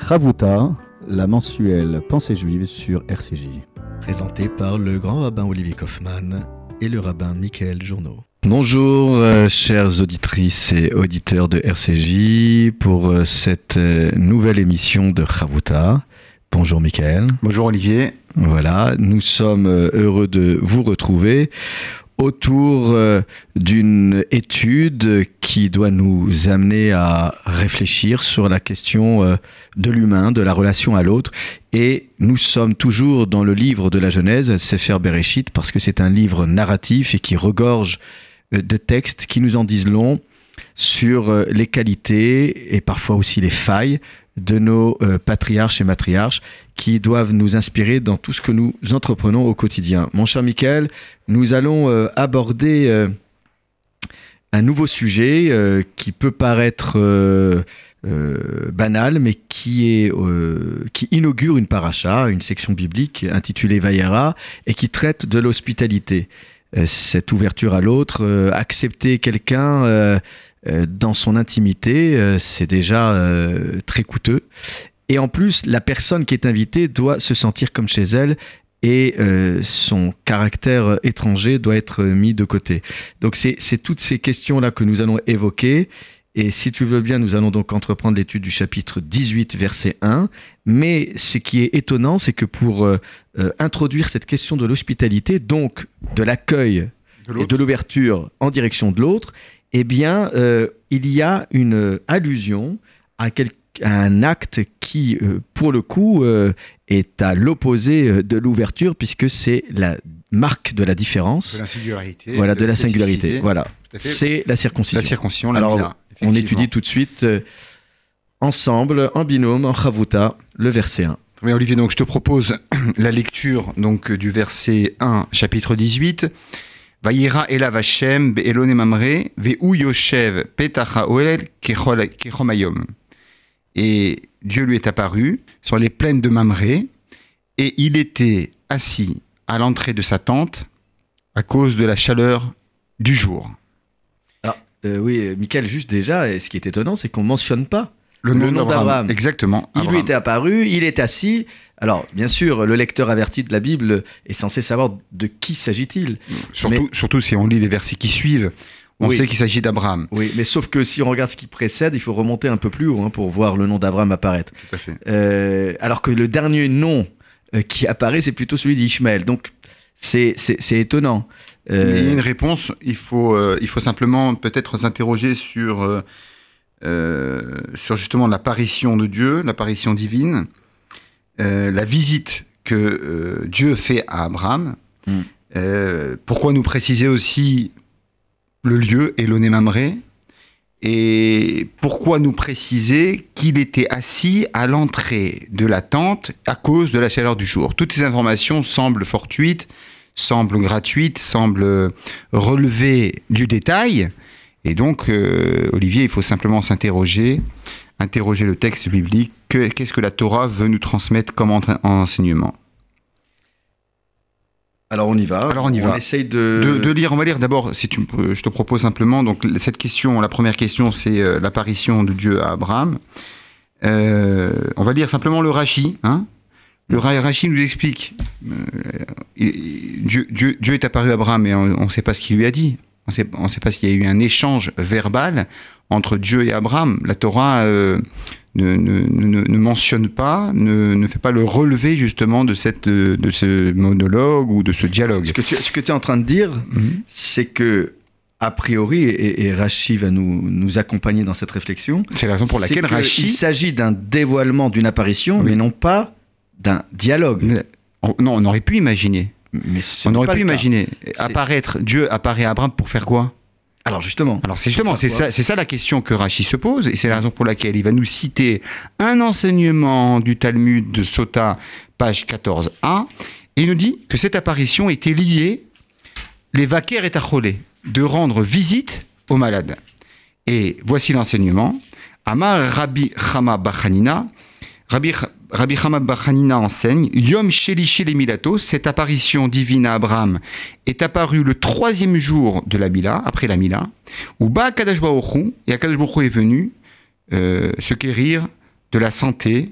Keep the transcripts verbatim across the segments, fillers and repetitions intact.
Chavouta, la mensuelle Pensée juive sur R C J. Présenté par le grand rabbin Olivier Kaufmann et le rabbin Michael Journeau. Bonjour euh, chères auditrices et auditeurs de R C J pour euh, cette euh, nouvelle émission de Chavouta. Bonjour Michael. Bonjour Olivier. Voilà, nous sommes euh, heureux de vous retrouver autour euh, d'une étude qui doit nous amener à réfléchir sur la question euh, de l'humain, de la relation à l'autre. Et nous sommes toujours dans le livre de la Genèse, Sefer Bereshit, parce que c'est un livre narratif et qui regorge euh, de textes qui nous en disent long sur euh, les qualités et parfois aussi les failles de nos euh, patriarches et matriarches qui doivent nous inspirer dans tout ce que nous entreprenons au quotidien. Mon cher Michael, nous allons euh, aborder euh, un nouveau sujet euh, qui peut paraître euh, euh, banal, mais qui, est, euh, qui inaugure une paracha, une section biblique intitulée Vayera, et qui traite de l'hospitalité. Euh, cette ouverture à l'autre, euh, accepter quelqu'un euh, dans son intimité, euh, c'est déjà euh, très coûteux. Et en plus, la personne qui est invitée doit se sentir comme chez elle et euh, son caractère étranger doit être mis de côté. Donc c'est, c'est toutes ces questions-là que nous allons évoquer. Et si tu veux bien, nous allons donc entreprendre l'étude du chapitre dix-huit, verset un. Mais ce qui est étonnant, c'est que pour euh, euh, introduire cette question de l'hospitalité, donc de l'accueil de et de l'ouverture en direction de l'autre, eh bien, euh, il y a une allusion à, quel, à un acte qui, euh, pour le coup, euh, est à l'opposé de l'ouverture, puisque c'est la marque de la différence. De la singularité. Voilà, de, de la singularité. Voilà, c'est la circoncision. La circoncision, la Alors, mila, on étudie tout de suite, euh, ensemble, en binôme, en chavouta, le verset un. Oui, Olivier, donc je te propose la lecture donc, du verset un, chapitre dix-huit. Vayira elav Hashem be'elone mamre ve'u yoshev petach ha'oel kechom hayom. Et Dieu lui est apparu sur les plaines de Mamré, et il était assis à l'entrée de sa tente à cause de la chaleur du jour. Alors, euh, oui, Michael, juste déjà, ce qui est étonnant, c'est qu'on ne mentionne pas le nom, le nom d'Abraham. d'Abraham. Exactement. Il Abraham. lui était apparu, il est assis. Alors, bien sûr, le lecteur averti de la Bible est censé savoir de qui s'agit-il. Surtout, mais... surtout si on lit les versets qui suivent, on oui. sait qu'il s'agit d'Abraham. Oui, mais sauf que si on regarde ce qui précède, il faut remonter un peu plus haut hein, pour voir le nom d'Abraham apparaître. Tout à fait. Euh, alors que le dernier nom euh, qui apparaît, c'est plutôt celui d'Ishmaël. Donc, c'est, c'est, c'est étonnant. Euh... Il y a une réponse, il faut, euh, il faut simplement peut-être s'interroger sur, euh, euh, sur justement l'apparition de Dieu, l'apparition divine. Euh, la visite que euh, Dieu fait à Abraham. Mm. Euh, pourquoi nous préciser aussi le lieu, Elone Mamré, et pourquoi nous préciser qu'il était assis à l'entrée de la tente à cause de la chaleur du jour. Toutes ces informations semblent fortuites, semblent gratuites, semblent relever du détail. Et donc, euh, Olivier, il faut simplement s'interroger interroger le texte biblique, que, qu'est-ce que la Torah veut nous transmettre comme en, en enseignement. Alors on y va. Alors on y on va. Essaye de... De, de lire. On va lire d'abord. Si tu, je te propose simplement. Donc cette question, la première question, c'est euh, l'apparition de Dieu à Abraham. Euh, on va lire simplement le Rashi. Hein. Le Rashi nous explique. Euh, Dieu, Dieu, Dieu est apparu à Abraham, et on ne sait pas ce qu'il lui a dit. On ne sait pas s'il y a eu un échange verbal entre Dieu et Abraham. La Torah euh, ne, ne, ne, ne mentionne pas, ne, ne fait pas le relevé justement de, cette, de ce monologue ou de ce dialogue. Ce que tu, ce que tu es en train de dire, mm-hmm. c'est que, a priori, et, et Rashi va nous, nous accompagner dans cette réflexion, c'est la raison pour laquelle Rashi... Il s'agit d'un dévoilement d'une apparition, oui. mais non pas d'un dialogue. On, non, on aurait pu imaginer. Mais on aurait pu imaginer cas. apparaître, Dieu apparaît à Abraham pour faire quoi? Alors justement, Alors c'est justement c'est ça, c'est ça la question que Rashi se pose, et c'est la raison pour laquelle il va nous citer un enseignement du Talmud de Sota, page quatorze a, et il nous dit que cette apparition était liée, les vaquer et tacholé, de rendre visite aux malades. Et voici l'enseignement. Amar Rabbi Chama Bachanina, Rabbi, Rabbi Chama Bachanina enseigne, Yom Shelishi le Milato, cette apparition divine à Abraham est apparue le troisième jour de la Mila, après la Mila, où Ba Akadosh Baruch Hu, et Akadosh Baruch Hu est venu euh, se guérir de la santé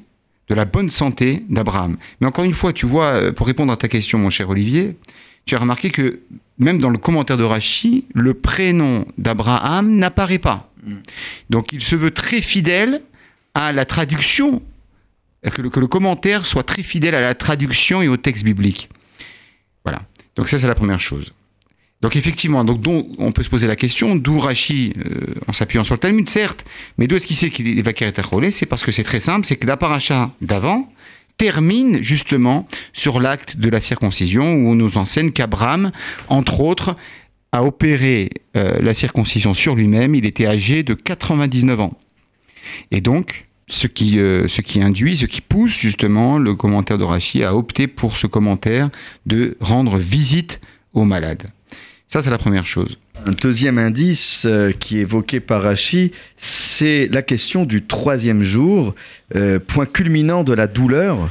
de la bonne santé d'Abraham. Mais encore une fois, tu vois, pour répondre à ta question, mon cher Olivier, tu as remarqué que même dans le commentaire de Rachi, le prénom d'Abraham n'apparaît pas. Mm. Donc il se veut très fidèle à la traduction, que le, que le commentaire soit très fidèle à la traduction et au texte biblique. Voilà. Donc ça, c'est la première chose. Donc effectivement, donc, donc, on peut se poser la question, d'où Rachi, euh, en s'appuyant sur le Talmud, certes, mais d'où est-ce qu'il sait qu'il est vaquer et acholé? C'est parce que c'est très simple, c'est que la paracha d'avant termine justement sur l'acte de la circoncision, où on nous enseigne qu'Abraham, entre autres, a opéré euh, la circoncision sur lui-même. Il était âgé de quatre-vingt-dix-neuf ans. Et donc, ce qui, euh, ce qui induit, ce qui pousse justement le commentaire de Rachi à opter pour ce commentaire de rendre visite aux malades. Ça, c'est la première chose. Un deuxième indice euh, qui est évoqué par Rachi, c'est la question du troisième jour, euh, point culminant de la douleur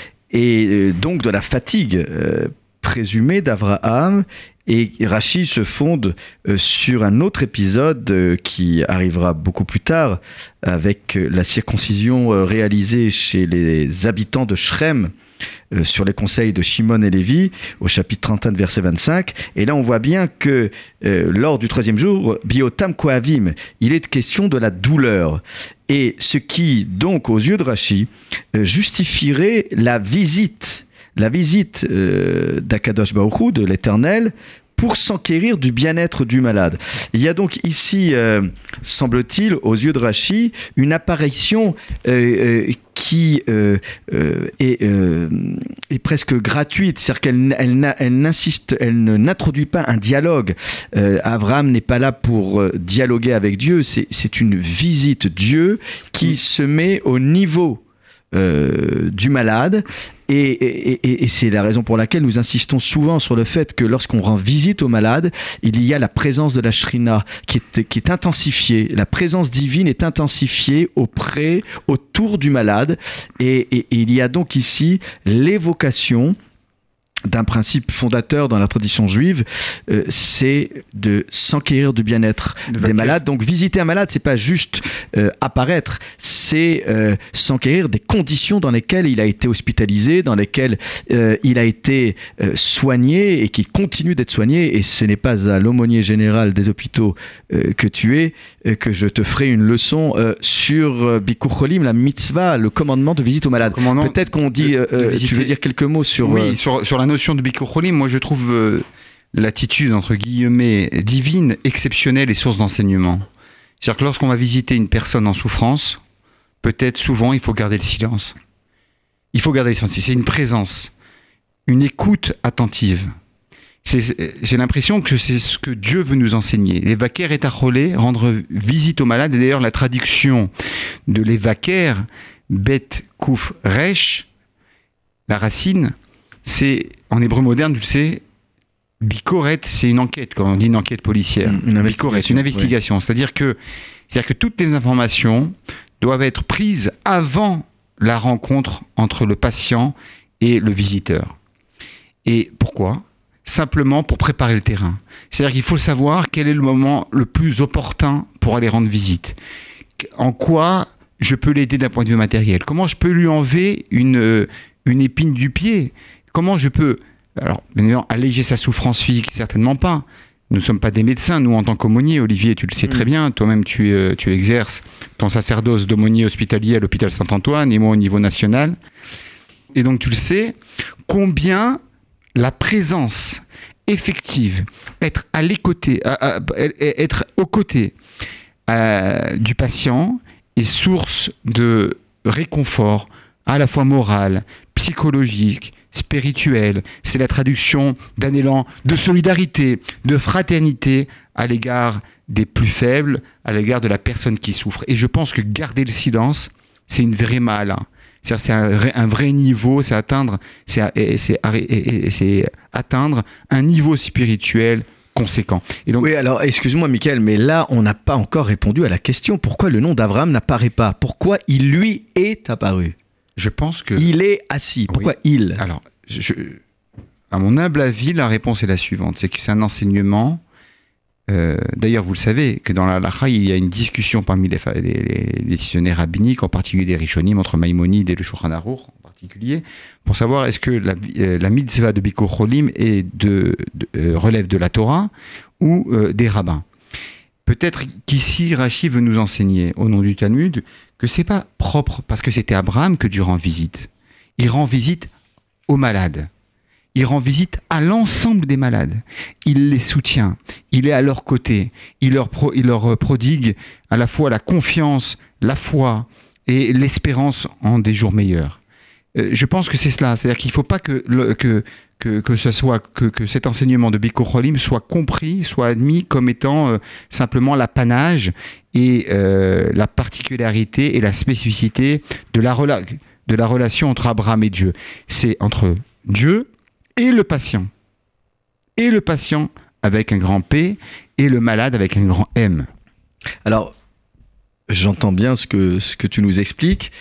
et euh, donc de la fatigue euh, présumée d'Abraham. Et Rachi se fonde euh, sur un autre épisode euh, qui arrivera beaucoup plus tard, avec euh, la circoncision euh, réalisée chez les habitants de Shrem, Euh, sur les conseils de Shimon et Lévi, au chapitre trente et un, verset vingt-cinq. Et là, on voit bien que euh, lors du troisième jour, Biotam Kohavim, il est question de la douleur. Et ce qui, donc, aux yeux de Rachi, euh, justifierait la visite, la visite euh, d'Akadosh Baruch Hu, de l'Éternel, pour s'enquérir du bien-être du malade. Il y a donc ici, euh, semble-t-il, aux yeux de Rachi, une apparition euh, euh, qui euh, euh, est, euh, est presque gratuite, c'est-à-dire qu'elle elle, elle n'insiste, elle n'introduit pas un dialogue. Euh, Abraham n'est pas là pour euh, dialoguer avec Dieu, c'est, c'est une visite Dieu qui se met au niveau euh, du malade. Et, et, et, et c'est la raison pour laquelle nous insistons souvent sur le fait que lorsqu'on rend visite aux malades, il y a la présence de la Shrina qui est, qui est intensifiée. La présence divine est intensifiée auprès, autour du malade. Et, et, et il y a donc ici l'évocation d'un principe fondateur dans la tradition juive, euh, c'est de s'enquérir du bien-être de des malades. Donc visiter un malade, c'est pas juste euh, apparaître, c'est euh, s'enquérir des conditions dans lesquelles il a été hospitalisé, dans lesquelles euh, il a été euh, soigné et qu'il continue d'être soigné. Et ce n'est pas à l'aumônier général des hôpitaux euh, que tu es euh, que je te ferai une leçon euh, sur euh, Bikur Cholim, la mitzvah, le commandement de visite aux malades. Peut-être qu'on dit, euh, euh, tu veux dire quelques mots sur... Oui, euh, sur, sur la notion de Bikur Cholim, moi je trouve euh, l'attitude entre guillemets divine, exceptionnelle et source d'enseignement. C'est-à-dire que lorsqu'on va visiter une personne en souffrance, peut-être souvent il faut garder le silence. Il faut garder le silence. C'est une présence, une écoute attentive. C'est, j'ai l'impression que c'est ce que Dieu veut nous enseigner. L'évaquer est acholé, rendre visite aux malades. Et d'ailleurs la traduction de l'évaquer, bet kouf resh, la racine, c'est, en hébreu moderne, tu le sais, bikoret, c'est une enquête, quand on dit une enquête policière. Une, une investigation. Bikoret, une investigation. Oui. C'est-à-dire que, c'est-à-dire que toutes les informations doivent être prises avant la rencontre entre le patient et le visiteur. Et pourquoi ? Simplement pour préparer le terrain. C'est-à-dire qu'il faut savoir quel est le moment le plus opportun pour aller rendre visite. En quoi je peux l'aider d'un point de vue matériel ? Comment je peux lui enlever une, une épine du pied ? Comment je peux, alors, bien évidemment, alléger sa souffrance physique ? Certainement pas. Nous ne sommes pas des médecins, nous, en tant qu'aumôniers. Olivier, tu le sais mmh. très bien. Toi-même, tu, euh, tu exerces ton sacerdoce d'aumônier hospitalier à l'hôpital Saint-Antoine et moi au niveau national. Et donc, tu le sais, combien la présence effective, être à l'écouter, à, à, être aux côtés euh, du patient est source de réconfort, à la fois moral, psychologique, spirituel. C'est la traduction d'un élan de solidarité, de fraternité à l'égard des plus faibles, à l'égard de la personne qui souffre. Et je pense que garder le silence, c'est une vraie mal. C'est-à-dire, c'est un, un vrai niveau, c'est atteindre, c'est, c'est, c'est, c'est atteindre un niveau spirituel conséquent. Et donc, oui, alors excuse-moi Mickaël, mais là on n'a pas encore répondu à la question. Pourquoi le nom d'Abraham n'apparaît pas ? Pourquoi il lui est apparu ? Je pense que... Il est assis. Pourquoi oui. il ? Alors, je, à mon humble avis, la réponse est la suivante. C'est que c'est un enseignement Euh, d'ailleurs, vous le savez, que dans la halakha, il y a une discussion parmi les, les, les décisionnaires rabbiniques, en particulier des Rishonim, entre Maïmonide et le Shulchan Aruch en particulier, pour savoir est-ce que la, euh, la mitzvah de Bikur Cholim est de, de, euh, relève de la Torah ou euh, des rabbins. Peut-être qu'ici, Rashi veut nous enseigner, au nom du Talmud, que c'est pas propre, parce que c'était Abraham que Dieu rend visite. Il rend visite aux malades. Il rend visite à l'ensemble des malades. Il les soutient. Il est à leur côté. Il leur, pro, il leur prodigue à la fois la confiance, la foi et l'espérance en des jours meilleurs. Euh, je pense que c'est cela. C'est-à-dire qu'il ne faut pas que, le, que, que, que, ce soit, que, que cet enseignement de Bikur Cholim soit compris, soit admis comme étant euh, simplement l'apanage et euh, la particularité et la spécificité de la, rela- de la relation entre Abraham et Dieu. C'est entre Dieu et le patient. Et le patient avec un grand P et le malade avec un grand M. Alors, j'entends bien ce que, ce que tu nous expliques.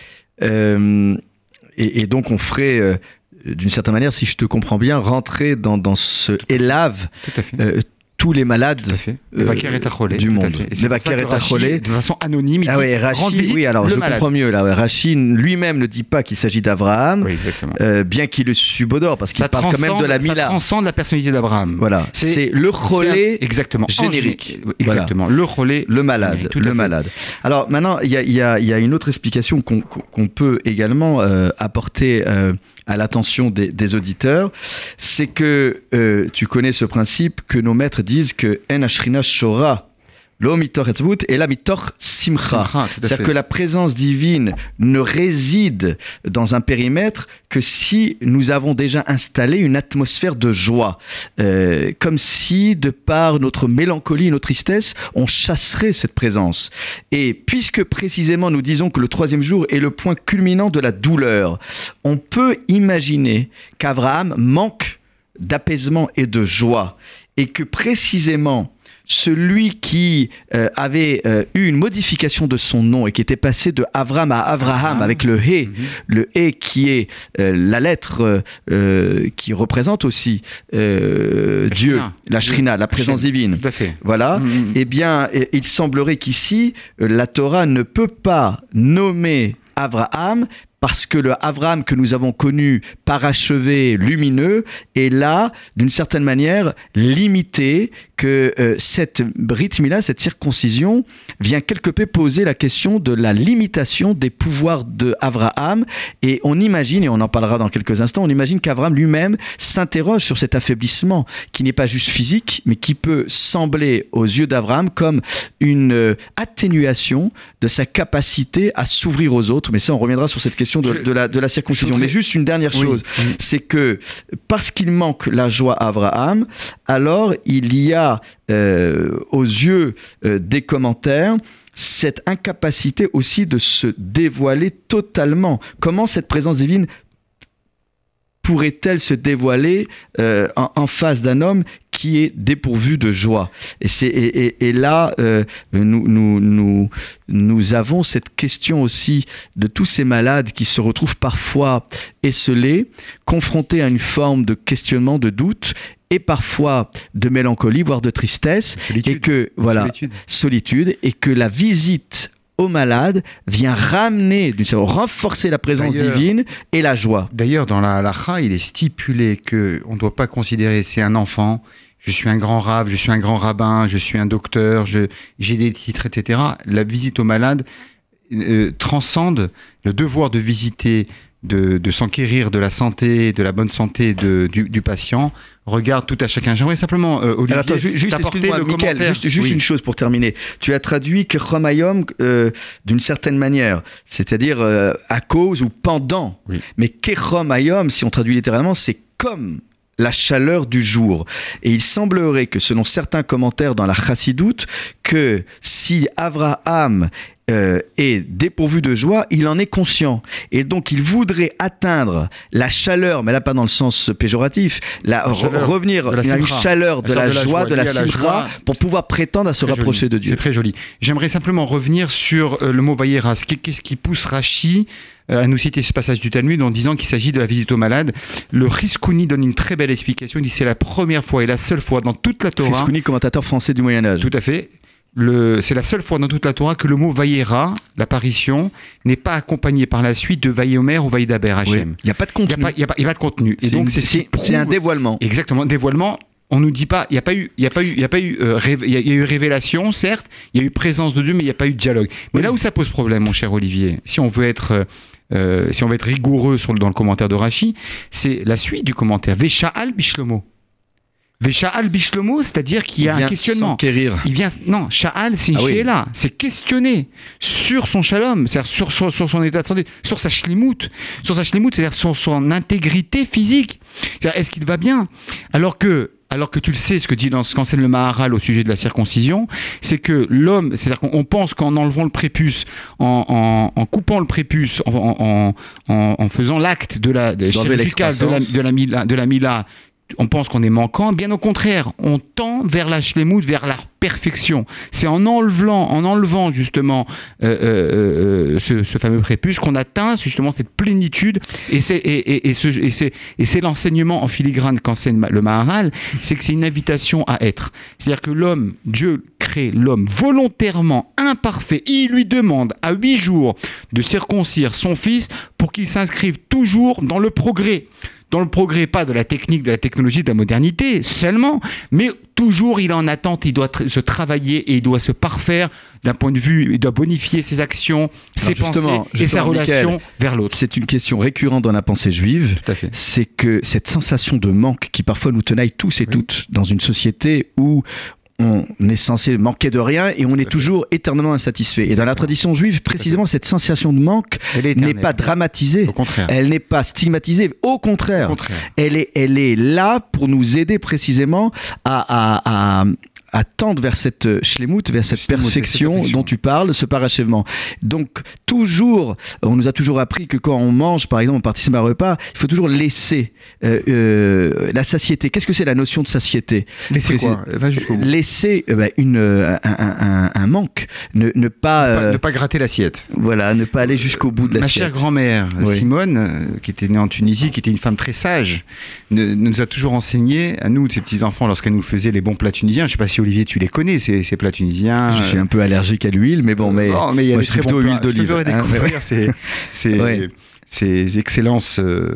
Euh, et, et donc, on ferait, euh, d'une certaine manière, si je te comprends bien, rentrer dans, dans ce élave euh, tous les malades euh, du monde. Les Bakar et Tacholé, de façon anonyme, il ah ouais, Rashi, oui, alors je malade. comprends mieux là. Ouais. Rashi lui-même ne dit pas qu'il s'agit d'Abraham, oui, euh, bien qu'il le subodore, parce qu'il parle quand même de la Mila. Ça transcende la personnalité d'Abraham. Voilà, c'est, c'est le Cholé exactement générique. Exactement, voilà. le Cholé, le malade, le malade. Alors maintenant, il y a, y, a, y a une autre explication qu'on, qu'on peut également euh, apporter. Euh, à l'attention des, des auditeurs, c'est que euh, tu connais ce principe que nos maîtres disent que En Ashrina Shora, Lo mitor etzvut et la mitor simcha. simcha C'est-à-dire que la présence divine ne réside dans un périmètre que si nous avons déjà installé une atmosphère de joie. Euh, comme si, de par notre mélancolie et notre tristesse, on chasserait cette présence. Et puisque précisément nous disons que le troisième jour est le point culminant de la douleur, on peut imaginer qu'Abraham manque d'apaisement et de joie. Et que précisément, celui qui euh, avait euh, eu une modification de son nom et qui était passé de Avram à Avraham avec le He, mm-hmm. le He qui est euh, la lettre euh, qui représente aussi euh, Dieu, Shrina. la Shrina, la présence la divine. Tout à fait. Voilà. Mm-hmm. Eh bien, il semblerait qu'ici, la Torah ne peut pas nommer Avraham parce que le Avraham que nous avons connu parachevé, lumineux, est là, d'une certaine manière, limité, que euh, cette Brit Mila, cette circoncision, vient quelque peu poser la question de la limitation des pouvoirs de Avraham. Et on imagine, et on en parlera dans quelques instants, on imagine qu'Avraham lui-même s'interroge sur cet affaiblissement, qui n'est pas juste physique, mais qui peut sembler aux yeux d'Avraham comme une euh, atténuation de sa capacité à s'ouvrir aux autres. Mais ça, on reviendra sur cette question de, de, la, de la circoncision. Voudrais... Mais juste une dernière chose, oui, oui. c'est que parce qu'il manque la joie à Avraham, alors il y a euh, aux yeux euh, des commentaires cette incapacité aussi de se dévoiler totalement. Comment cette présence divine pourrait-elle se dévoiler euh, en, en face d'un homme qui est dépourvu de joie? Et, c'est, et, et, et là, euh, nous, nous, nous, nous avons cette question aussi de tous ces malades qui se retrouvent parfois esselés, confrontés à une forme de questionnement, de doute, et parfois de mélancolie, voire de tristesse, solitude. et que voilà, solitude. solitude, et que la visite au malade vient ramener, renforcer la présence d'ailleurs, divine et la joie. D'ailleurs, dans la halakha, il est stipulé qu'on ne doit pas considérer c'est un enfant, je suis un grand rave, je suis un grand rabbin, je suis un docteur, je, j'ai des titres, et cetera. La visite au malade euh, transcende le devoir de visiter, de, de s'enquérir de la santé, de la bonne santé de, du, du patient, regarde tout à chacun. J'aimerais simplement, euh, Olivier, Alors attends, juste, juste excuse-moi, Mickaël, juste, juste oui. une chose pour terminer. Tu as traduit Kechomayom euh, d'une certaine manière, c'est-à-dire euh, à cause ou pendant. Oui. Mais Kechomayom, si on traduit littéralement, c'est comme la chaleur du jour. Et il semblerait que, selon certains commentaires dans la Chassidoute, que si Abraham euh, est dépourvu de joie, il en est conscient. Et donc, il voudrait atteindre la chaleur, mais là, pas dans le sens péjoratif, la, la chaleur, revenir à une chaleur de la, la joie, de la, de la simra, pour pouvoir prétendre à se rapprocher joli. de Dieu. C'est très joli. J'aimerais simplement revenir sur euh, le mot Vayera. Qu'est-ce qui pousse Rashi à nous citer ce passage du Talmud en disant qu'il s'agit de la visite aux malades. Le Riskouni donne une très belle explication. Il dit c'est la première fois et la seule fois dans toute la Torah. Riskouni, commentateur français du Moyen-Âge. Tout à fait. Le, c'est la seule fois dans toute la Torah que le mot Vayera, l'apparition, n'est pas accompagné par la suite de Vayomer ou Vaïdaber Hachem. Il n'y a pas de contenu. Il n'y a, a, a pas de contenu. Et c'est donc une, c'est, c'est, prouve... c'est un dévoilement. Exactement, dévoilement. On nous dit pas, il y a pas eu, il y a pas eu, il y a pas eu, euh, rév... il y, y a eu révélation, certes, il y a eu présence de Dieu, mais il n'y a pas eu de dialogue. Mais oui. Là où ça pose problème, mon cher Olivier, si on veut être, euh, si on veut être rigoureux sur le, dans le commentaire de Rashi, c'est la suite du commentaire. Vesha'al bishlomo. Vesha'al bishlomo, c'est-à-dire qu'il y a il un questionnement. S'enquérir. Il vient, non, Sha'al, c'est une ah she'ela, oui. C'est questionner sur son shalom, c'est-à-dire sur, sur, sur son état de santé, sur sa shlimut, sur sa shlimut, c'est-à-dire sur son intégrité physique. C'est-à-dire, est-ce qu'il va bien? Alors que Alors que tu le sais, ce que dit dans ce qu'enseigne le Maharal au sujet de la circoncision, c'est que l'homme, c'est-à-dire qu'on pense qu'en enlevant le prépuce, en, en, en coupant le prépuce, en, en, en, en faisant l'acte de la de chirurgical de la, de la mila, de la mila, on pense qu'on est manquant. Bien au contraire, on tend vers la shlemut, vers la perfection. C'est en enlevant, en enlevant justement euh, euh, ce, ce fameux prépuce qu'on atteint justement cette plénitude. Et c'est, et, et, et ce, et c'est, et c'est l'enseignement en filigrane qu'enseigne le Maharal, c'est que c'est une invitation à être. C'est-à-dire que l'homme, Dieu crée l'homme volontairement imparfait. Il lui demande à huit jours de circoncire son fils pour qu'il s'inscrive toujours dans le progrès. Dans le progrès, pas de la technique, de la technologie, de la modernité seulement, mais toujours il est en attente, il doit tr- se travailler et il doit se parfaire d'un point de vue, il doit bonifier ses actions, ses justement, pensées justement, et sa relation Michael, vers l'autre. C'est une question récurrente dans la pensée juive. Tout à fait. C'est que cette sensation de manque qui parfois nous tenaille tous et oui. toutes dans une société où on est censé manquer de rien et on est toujours éternellement insatisfait. Et dans la tradition juive, précisément, cette sensation de manque n'est pas dramatisée. Au contraire. Elle n'est pas stigmatisée. Au contraire. Au contraire. Elle est, elle est là pour nous aider précisément à, à, à, à tendre vers cette shlemut, vers cette perfection, perfection dont tu parles, ce parachèvement. Donc, toujours, on nous a toujours appris que quand on mange, par exemple, on participe à un repas, il faut toujours laisser euh, euh, la satiété. Qu'est-ce que c'est la notion de satiété? Laisser quoi? Va jusqu'au bout. Laisser euh, bah, une, euh, un, un, un manque. Ne, ne, pas, ne, pas, euh, ne pas gratter l'assiette. Voilà, ne pas aller jusqu'au bout de l'assiette. Ma chère grand-mère, oui. Simone, euh, qui était née en Tunisie, qui était une femme très sage, ne, nous a toujours enseigné, à nous, ses petits-enfants, lorsqu'elle nous faisait les bons plats tunisiens. Je ne sais pas si Olivier, tu les connais, ces, ces plats tunisiens. Je suis un peu allergique à l'huile, mais bon, mais, non, mais il y a moi, des je suis très plutôt bons huile d'olive. Je peux découvrir hein, ces, ces, ouais. ces excellences euh,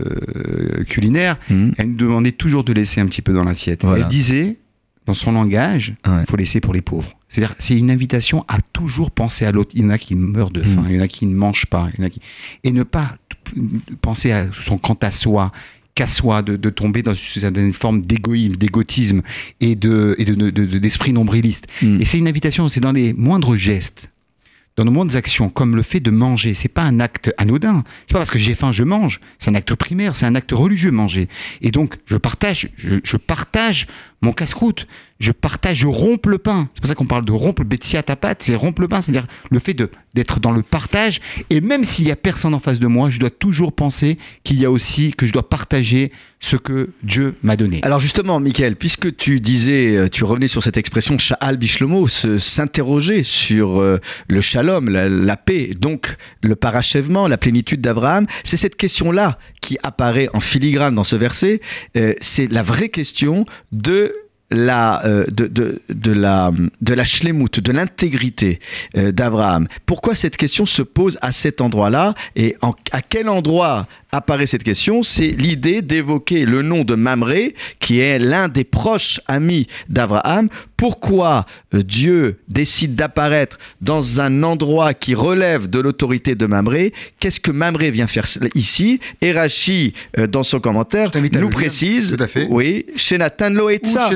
culinaires. Mmh. Elle nous demandait toujours de laisser un petit peu dans l'assiette. Voilà. Elle disait, dans son langage, il ouais. faut laisser pour les pauvres. C'est-à-dire, c'est une invitation à toujours penser à l'autre. Il y en a qui meurent de faim, mmh. il y en a qui ne mangent pas, il y en a qui... et ne pas penser à son quant à soi, qu'à soi, de, de tomber dans une forme d'égoïsme, d'égotisme et, de, et de, de, de, d'esprit nombriliste. Mmh. Et c'est une invitation, c'est dans les moindres gestes, dans nos moindres actions, comme le fait de manger. C'est pas un acte anodin. C'est pas parce que j'ai faim, je mange. C'est un acte primaire, c'est un acte religieux, manger. Et donc, je partage, je, je partage mon casse-croûte. Je partage, je romps le pain. C'est pour ça qu'on parle de rompre le betsia ta pâte, c'est rompre le pain, c'est-à-dire le fait de, d'être dans le partage. Et même s'il y a personne en face de moi, je dois toujours penser qu'il y a aussi, que je dois partager ce que Dieu m'a donné. Alors justement, Michael, puisque tu disais, tu revenais sur cette expression Sha'al bishlomo, se, s'interroger sur euh, le shalom, la, la paix, donc le parachèvement, la plénitude d'Abraham, c'est cette question-là qui apparaît en filigrane dans ce verset. Euh, c'est la vraie question de La, euh, de, de, de la de la shlemut, de l'intégrité euh, d'Abraham. Pourquoi cette question se pose à cet endroit-là et en, à quel endroit apparaît cette question? C'est l'idée d'évoquer le nom de Mamré, qui est l'un des proches amis d'Abraham. Pourquoi euh, Dieu décide d'apparaître dans un endroit qui relève de l'autorité de Mamré? Qu'est-ce que Mamré vient faire ici? Et Rashi, euh, dans son commentaire, nous précise, oui, chez Nathan Lo Etza.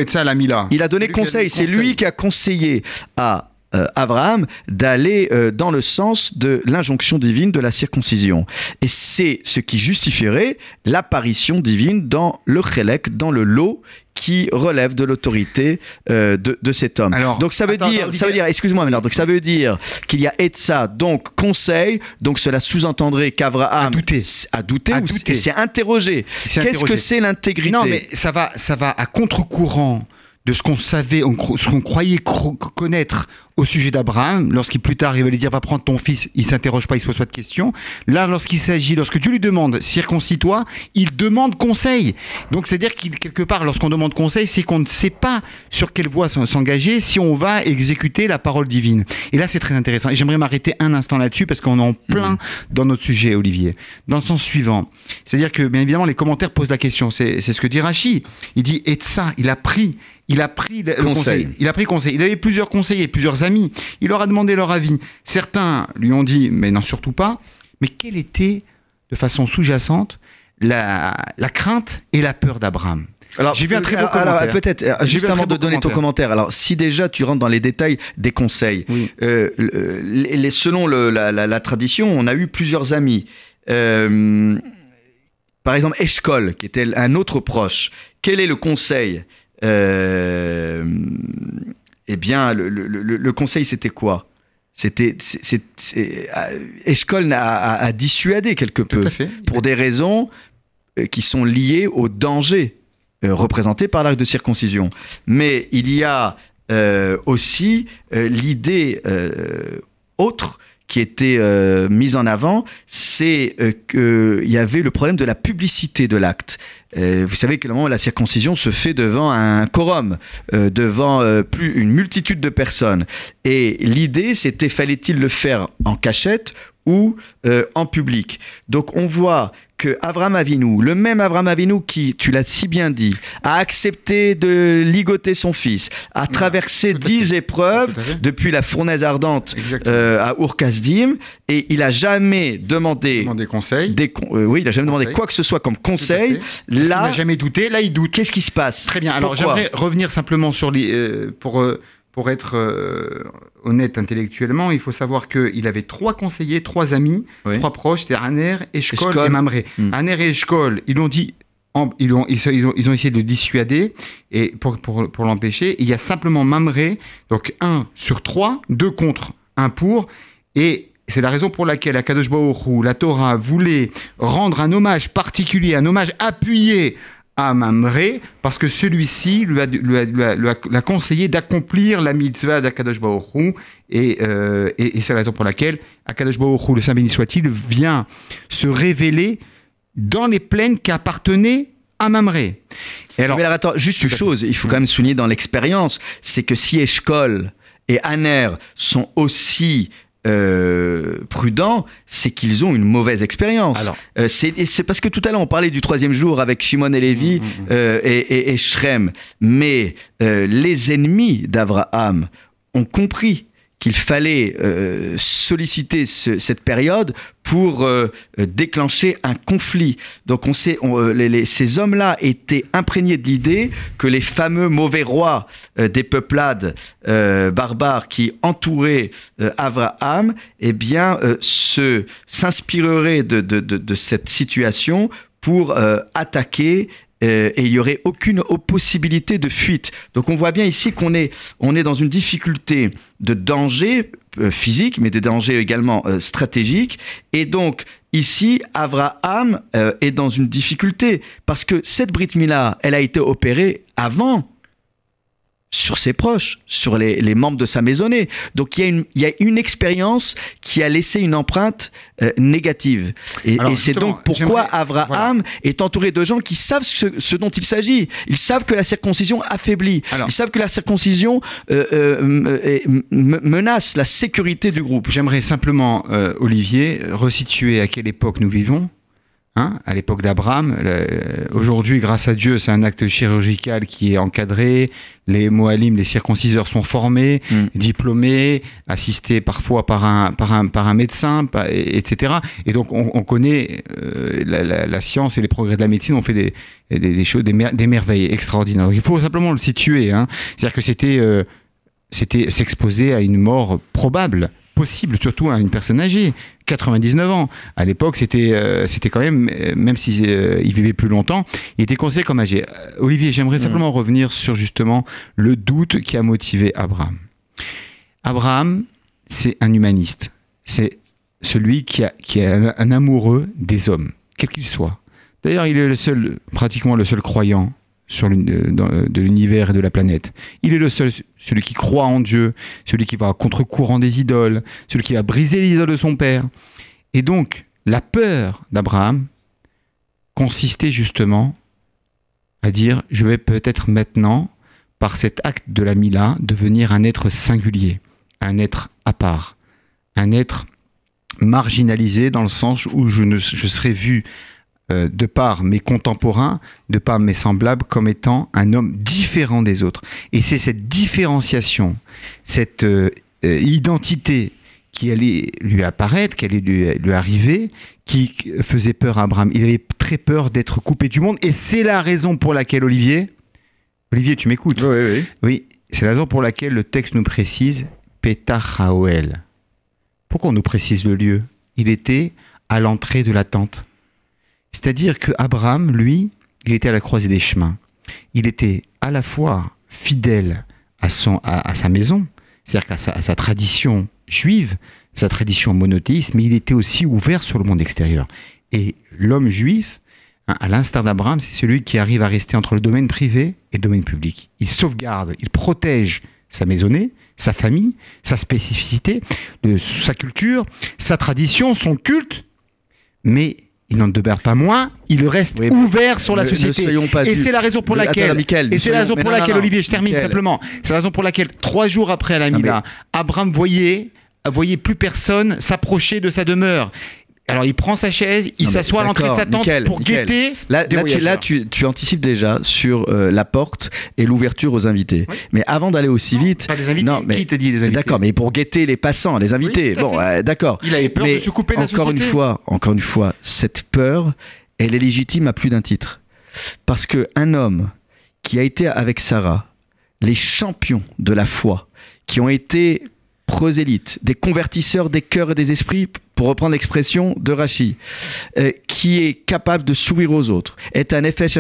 Il a donné c'est conseil, c'est lui qui a conseillé à euh, Abraham d'aller euh, dans le sens de l'injonction divine de la circoncision. Et c'est ce qui justifierait l'apparition divine dans le chélek, dans le lot qui relève de l'autorité euh, de, de cet homme. Alors, donc ça veut attends, dire, attends, ça veut dire, excuse-moi, mais alors, donc ça veut dire qu'il y a Etza, donc conseil, donc cela sous-entendrait qu'Abraham A douté. a douté, A ou douté. c'est interrogé. C'est Qu'est-ce interrogé. que c'est l'intégrité? Non, mais ça va, ça va à contre-courant de ce qu'on savait, on cro- ce qu'on croyait cro- connaître au sujet d'Abraham, lorsqu'il plus tard il va lui dire va prendre ton fils, il s'interroge pas, il se pose pas de questions. Là, lorsqu'il s'agit, lorsque Dieu lui demande circoncis-toi, il demande conseil. Donc c'est-à-dire qu'il quelque part, lorsqu'on demande conseil, c'est qu'on ne sait pas sur quelle voie s'engager si on va exécuter la parole divine. Et là, c'est très intéressant. Et j'aimerais m'arrêter un instant là-dessus parce qu'on est en plein mmh. dans notre sujet, Olivier. Dans le sens suivant, c'est-à-dire que bien évidemment les commentaires posent la question. C'est, c'est ce que dit Rachi. Il dit et ça, il a pris. Il a pris le conseil. conseil. Il a pris conseil. Il avait plusieurs conseillers, plusieurs amis. Il leur a demandé leur avis. Certains lui ont dit, mais non, surtout pas. Mais quelle était, de façon sous-jacente, la, la crainte et la peur d'Abraham? Alors, j'ai vu un très beau alors, commentaire. Alors, peut-être, J'ai juste avant de donner commentaire. ton commentaire, alors si déjà tu rentres dans les détails des conseils, oui. euh, les, les, selon le, la, la, la tradition, on a eu plusieurs amis. Euh, par exemple, Eshkol, qui était un autre proche. Quel est le conseil? Euh, eh bien, le, le, le, le conseil, c'était quoi? C'était, c'est, c'est, c'est, Eshkol a, a, a dissuadé quelque peu, pour des raisons qui sont liées au danger euh, représenté par l'acte de circoncision. Mais il y a euh, aussi euh, l'idée euh, autre qui était euh, mise en avant, c'est euh, qu'il y avait le problème de la publicité de l'acte. Euh, vous savez que normalement la circoncision se fait devant un quorum, euh, devant euh, plus une multitude de personnes. Et l'idée, c'était fallait-il le faire en cachette ou euh, en public. Donc on voit que Abraham Avinu, le même Abraham Avinu qui, tu l'as si bien dit, a accepté de ligoter son fils, a traversé dix épreuves depuis la fournaise ardente euh, à Ur-Kasdim, et il a jamais demandé, demandé conseil. Des, euh, oui, il a jamais conseil. demandé quoi que ce soit comme conseil. Là, il n'a jamais douté. Là, il doute. Qu'est-ce qui se passe? Très bien. Alors, Pourquoi j'aimerais revenir simplement sur les euh, pour. Euh, Pour être euh, honnête intellectuellement, il faut savoir qu'il avait trois conseillers, trois amis, oui. trois proches, c'était Aner, Eshkol et Mamré. Hmm. Aner et Eshkol, ils l'ont dit, en, ils, ont, ils, ont, ils ont essayé de le dissuader et pour, pour, pour l'empêcher. Et il y a simplement Mamré, donc un sur trois, deux contre, un pour. Et c'est la raison pour laquelle Akadosh Baruch Hu, la Torah, voulait rendre un hommage particulier, un hommage appuyé à Mamré, parce que celui-ci lui a, lui a, lui a, lui a, lui a conseillé d'accomplir la mitzvah d'Akadosh Baruch Hu, et, euh, et, et c'est la raison pour laquelle Akadosh Baruch Hu, le Saint béni soit-il, vient se révéler dans les plaines qui appartenaient à Mamré. Et alors, mais alors attends, juste une chose, il faut quand même souligner dans l'expérience, c'est que si Eshkol et Aner sont aussi Euh, prudents, c'est qu'ils ont une mauvaise expérience. Alors, euh, c'est, c'est parce que tout à l'heure on parlait du troisième jour avec Shimon et Lévi mmh, mmh. euh, et, et, et Shrem, mais euh, les ennemis d'Abraham ont compris qu'il fallait euh, solliciter ce, cette période pour euh, déclencher un conflit. Donc on sait, on, les, les, ces hommes-là étaient imprégnés de l'idée que les fameux mauvais rois euh, des peuplades euh, barbares qui entouraient euh, Abraham, eh bien, euh, se, s'inspireraient de, de, de, de cette situation pour euh, attaquer. Euh, et il n'y aurait aucune possibilité de fuite. Donc on voit bien ici qu'on est, on est dans une difficulté de danger euh, physique, mais de danger également euh, stratégique. Et donc ici, Abraham euh, est dans une difficulté, parce que cette Brit Mila, elle a été opérée avant, sur ses proches, sur les, les membres de sa maisonnée. Donc il y a une, il y a une expérience qui a laissé une empreinte euh, négative. Et, Alors, et c'est donc pourquoi Abraham voilà. est entouré de gens qui savent ce, ce dont il s'agit. Ils savent que la circoncision affaiblit. Alors, Ils savent que la circoncision euh, euh, menace la sécurité du groupe. J'aimerais simplement, euh, Olivier, resituer à quelle époque nous vivons. Hein, à l'époque d'Abraham, euh, aujourd'hui, grâce à Dieu, c'est un acte chirurgical qui est encadré. Les Moalim, les circonciseurs sont formés, mm. diplômés, assistés parfois par un, par un, par un médecin, et cetera. Et donc, on, on connaît euh, la, la, la science et les progrès de la médecine. On fait des, des, des choses, des, mer- des merveilles extraordinaires. Donc, il faut simplement le situer. Hein. C'est-à-dire que c'était, euh, c'était s'exposer à une mort probable. possible, surtout à une personne âgée, quatre-vingt-dix-neuf ans. À l'époque, c'était, euh, c'était quand même, même s'il euh, vivait plus longtemps, il était considéré comme âgé. Euh, Olivier, j'aimerais mmh. simplement revenir sur justement le doute qui a motivé Abraham. Abraham, c'est un humaniste. C'est celui qui, a, qui est un, un amoureux des hommes, quel qu'il soit. D'ailleurs, il est le seul, pratiquement le seul croyant sur dans, de l'univers et de la planète. Il est le seul, celui qui croit en Dieu, celui qui va à contre-courant des idoles, celui qui va briser les idoles de son père. Et donc, la peur d'Abraham consistait justement à dire, je vais peut-être maintenant, par cet acte de la Mila, devenir un être singulier, un être à part, un être marginalisé dans le sens où je, ne, je serai vu euh, de par mes contemporains, de par mes semblables, comme étant un homme différent des autres. Et c'est cette différenciation, cette euh, euh, identité qui allait lui apparaître, qui allait lui, lui arriver, qui faisait peur à Abraham. Il avait très peur d'être coupé du monde, et c'est la raison pour laquelle, Olivier, Olivier, tu m'écoutes ? Oui, oui. Oui, c'est la raison pour laquelle le texte nous précise Petach Haoel. Pourquoi on nous précise le lieu ? Il était à l'entrée de la tente. C'est-à-dire que Abraham, lui, il était à la croisée des chemins. Il était à la fois fidèle à, son, à, à sa maison, c'est-à-dire qu'à sa, à sa tradition juive, sa tradition monothéiste, mais il était aussi ouvert sur le monde extérieur. Et l'homme juif, hein, à l'instar d'Abraham, c'est celui qui arrive à rester entre le domaine privé et le domaine public. Il sauvegarde, il protège sa maisonnée, sa famille, sa spécificité, de, sa culture, sa tradition, son culte, mais il n'en demeure pas moins, il reste oui, ouvert sur la ne, société. Ne pas et du... c'est la raison pour le... laquelle, Attends, Michael, et c'est la raison pour non, laquelle, non, non, Olivier, je termine Michael. simplement, c'est la raison pour laquelle, trois jours après la Mila, mais... Abraham voyait, voyait plus personne s'approcher de sa demeure. Alors il prend sa chaise, il non, s'assoit à l'entrée de sa tente Michael, pour Michael. guetter là, des là, tu, là tu, tu anticipes déjà sur euh, la porte et l'ouverture aux invités. Oui. Mais avant d'aller aussi non, vite... Pas des invités, non, mais, qui t'a dit les invités ? D'accord, mais pour guetter les passants, les invités. Oui, bon, euh, d'accord. Il avait peur mais de se couper de la encore société. Une fois, encore une fois, cette peur, elle est légitime à plus d'un titre. Parce qu'un homme qui a été avec Sarah, les champions de la foi, qui ont été... prosélytes, des convertisseurs des cœurs et des esprits, pour reprendre l'expression de Rachi, euh, qui est capable de sourire aux autres, est un effet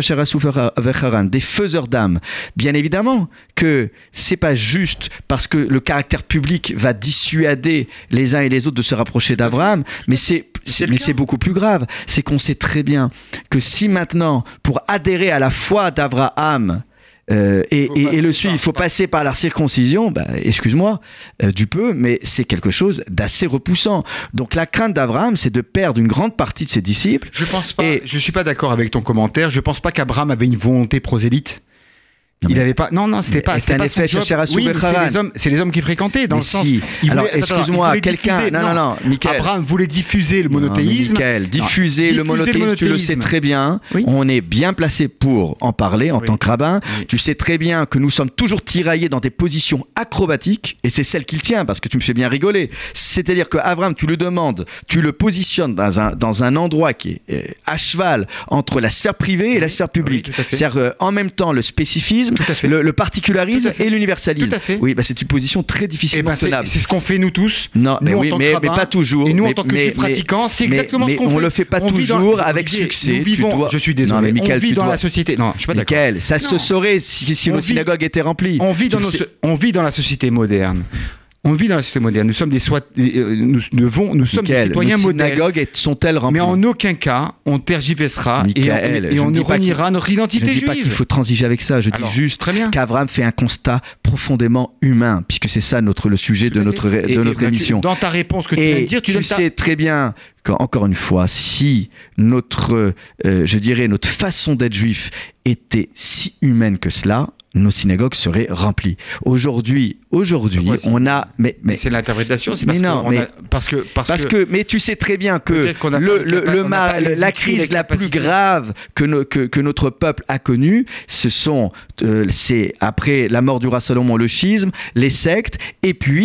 des faiseurs d'âme. Bien évidemment que c'est pas juste parce que le caractère public va dissuader les uns et les autres de se rapprocher d'Abraham, mais c'est C'est mais c'est beaucoup plus grave. C'est qu'on sait très bien que si maintenant, pour adhérer à la foi d'Abraham, Euh, et, et, et le suivre, il faut passer par la circoncision, bah, excuse-moi euh, du peu, mais c'est quelque chose d'assez repoussant. Donc la crainte d'Abraham, c'est de perdre une grande partie de ses disciples. Je pense pas, et... je suis pas d'accord avec ton commentaire, je pense pas qu'Abraham avait une volonté prosélyte. Non, il avait pas. Non, non, c'était pas. C'était un pas effet son job. Oui, c'est les hommes, c'est les hommes qui fréquentaient dans mais le sens. Si. Il Alors, voulait, excuse-moi, attends, quelqu'un. Non, non, non, Michael. Abraham voulait diffuser le monothéisme. Non, Michael, diffuser, non, le, monothéisme, le monothéisme, tu le sais très bien. Oui. On est bien placé pour en parler en oui. tant que rabbin. Oui. Tu sais très bien que nous sommes toujours tiraillés dans des positions acrobatiques, et c'est celle qu'il tient parce que tu me fais bien rigoler. C'est-à-dire que Abraham, tu le demandes, tu le positionnes dans un dans un endroit qui est à cheval entre la sphère privée et la sphère publique. Oui, c'est-à-dire euh, en même temps le spécifisme, le, le particularisme et l'universalisme. Oui, bah c'est une position très difficilement eh ben tenable. C'est, c'est ce qu'on fait nous tous. Non, nous, mais oui, mais, rabbin, mais pas toujours. Et nous, mais, en tant que mais, juifs pratiquants, c'est exactement mais, ce qu'on mais fait. On le fait pas on toujours dans, avec Olivier, succès. Nous vivons, tu dois... Je suis désolé. Non, mais Michael, on vit dans dois... la société. Non, je suis pas d'accord. Michael, ça non. se saurait si, si nos synagogues étaient remplies. On vit dans nos, on vit dans la société moderne. On vit dans la société moderne. Nous sommes des, soit, euh, nous devons, nous sommes Michael, des citoyens modèles. Nos synagogues sont-elles remplies ? Mais en aucun cas, on tergiversera Michael, et on, et on reniera notre identité juive. Je ne dis pas qu'il faut transiger avec ça. Je Alors, dis juste très qu'Abraham fait un constat profondément humain, puisque c'est ça notre, le sujet de notre, et, de notre et, émission. Tu, dans ta réponse que tu et viens de dire, tu, tu sais ta... très bien qu'encore une fois, si notre, euh, je dirais, notre façon d'être juif était si humaine que cela, nos synagogues seraient remplies. Aujourd'hui, aujourd'hui, on a, mais, mais, mais c'est l'interprétation, c'est parce, non, que, mais, a, parce que parce, parce que, que, mais tu sais très bien que le, le, le ma, la crise la plus grave que, no, que, que notre peuple a connue, ce sont, euh, c'est après la mort du roi Salomon, le schisme, les sectes, et puis